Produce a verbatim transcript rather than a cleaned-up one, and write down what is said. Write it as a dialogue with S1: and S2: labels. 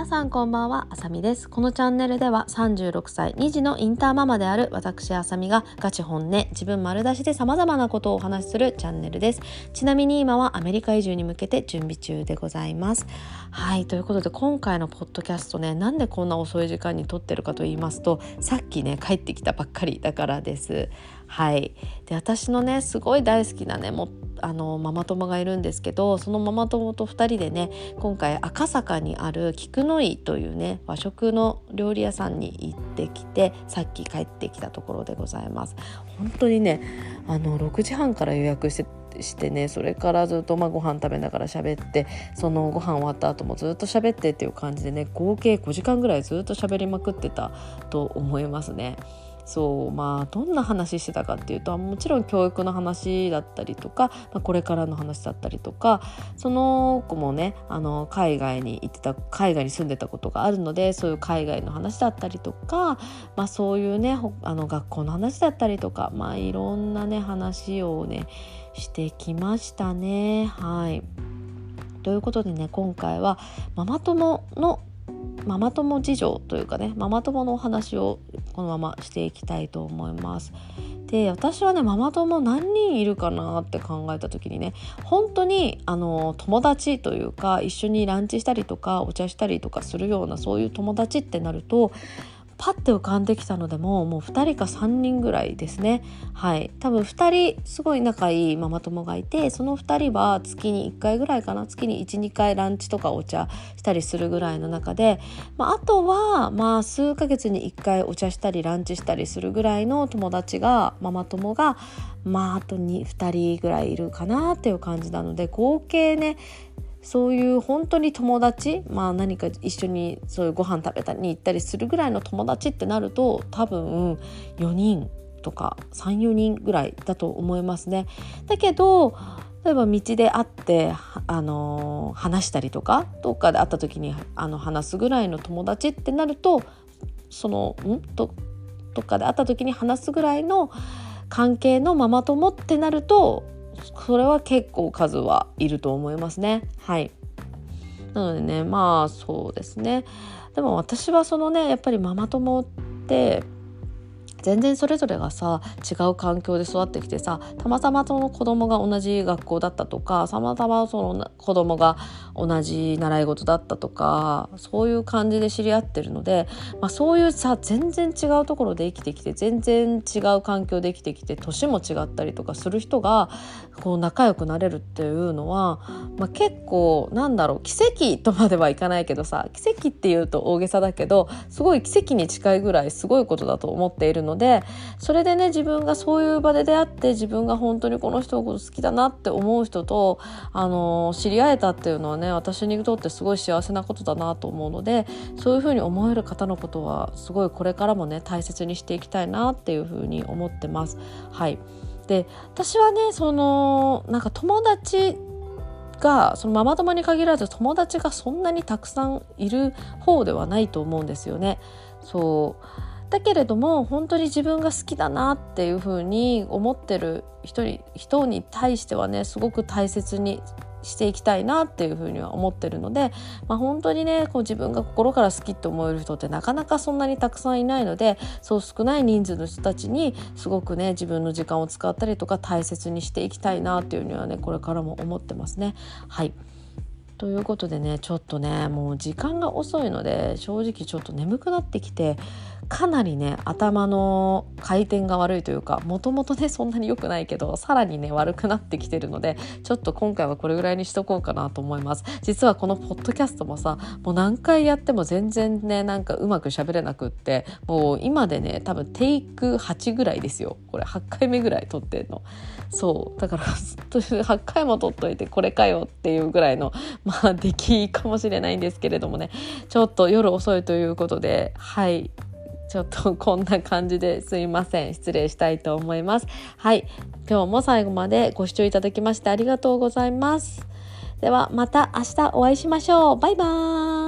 S1: さんこんばんは、あさみです。このチャンネルではさんじゅうろくさいに児のインターママである私あさみがガチ本音、自分丸出しで様々なことをお話しするチャンネルです。ちなみに今はアメリカ移住に向けて準備中でございます。はい、ということで今回のポッドキャストね、なんでこんな遅い時間に撮ってるかと言いますと、さっきね帰ってきたばっかりだからです。はい、で私のねすごい大好きなねもあのママ友がいるんですけど、そのママ友とふたりでね今回赤坂にある菊の井というね和食の料理屋さんに行ってきて、さっき帰ってきたところでございます。本当にねあのろくじはんから予約してしてね、それからずっとまあご飯食べながら喋って、そのご飯終わった後もずっと喋ってっていう感じでね、合計ごじかんぐらいずっと喋りまくってたと思いますね。そうまあどんな話してたかっていうと、もちろん教育の話だったりとか、まあ、これからの話だったりとか、その子もねあの海外に行ってた海外に住んでたことがあるので、そういう海外の話だったりとか、まあ、そういうねあの学校の話だったりとか、まあいろんなね話をねしてきましたね。はい、ということでね、今回はママ友のママ友事情というかね、ママ友のお話をこのまましていきたいと思います。で、私はねママ友何人いるかなって考えた時にね、本当にあの友達というか、一緒にランチしたりとかお茶したりとかするようなそういう友達ってなると、パッて浮かんできたのでももうふたりかさんにんぐらいですね。はい、多分ふたりすごい仲いいママ友がいて、そのふたりは月にいっかいぐらいかな、月にいち、にかいランチとかお茶したりするぐらいの中で、まあ、あとはまあ数ヶ月にいっかいお茶したりランチしたりするぐらいの友達がママ友がまああとにふたりぐらいいるかなっていう感じなので、合計ねそういう本当に友達、まあ何か一緒にそういうご飯食べたりに行ったりするぐらいの友達ってなると、多分よにんとかさん、よにんぐらいだと思いますね。だけど例えば道で会って、あのー、話したりとか、どっかで会った時にあの話すぐらいの友達ってなると、そのんどどっかで会った時に話すぐらいの関係のママ友ってなると、それは結構数はいると思いますね。はい。なのでね、まあそうですね。でも私はそのねやっぱりママ友って全然それぞれがさ違う環境で育ってきてさ、たまたまその子供が同じ学校だったとか、たまたまその子供が同じ習い事だったとか、そういう感じで知り合ってるので、まあ、そういうさ全然違うところで生きてきて、全然違う環境で生きてきて、年も違ったりとかする人がこう仲良くなれるっていうのは、まあ、結構なんだろう、奇跡とまではいかないけどさ、奇跡っていうと大げさだけど、すごい奇跡に近いぐらいすごいことだと思っているので、それでね自分がそういう場で出会って、自分が本当にこの人のこと好きだなって思う人と、あの知り合えたっていうのはね、私にとってすごい幸せなことだなと思うので、そういうふうに思える方のことはすごいこれからもね大切にしていきたいなっていうふうに思ってます。はい。で、私はねそのなんか友達がそのママ友に限らず友達がそんなにたくさんいる方ではないと思うんですよね。そうだけれども本当に自分が好きだなっていう風に思ってる人に人に対してはねすごく大切にしていきたいなっていう風には思ってるので、まあ、本当にねこう自分が心から好きって思える人ってなかなかそんなにたくさんいないので、そう少ない人数の人たちにすごくね自分の時間を使ったりとか大切にしていきたいなっていうにはねこれからも思ってますね。はい。ということでね、ちょっとねもう時間が遅いので正直ちょっと眠くなってきて、かなりね頭の回転が悪いというか、もともとねそんなに良くないけどさらにね悪くなってきてるので、ちょっと今回はこれぐらいにしとこうかなと思います。実はこのポッドキャストもさもう何回やっても全然ねなんかうまく喋れなくって、もう今でね多分テイクはちぐらいですよ。これはちかいめぐらい撮ってんの。そうだからはちかいも撮っといてこれかよっていうぐらいのまあ出来かもしれないんですけれどもね、ちょっと夜遅いということで、はいちょっとこんな感じですいません、失礼したいと思います。はい、今日も最後までご視聴いただきましてありがとうございます。ではまた明日お会いしましょう。バイバーイ。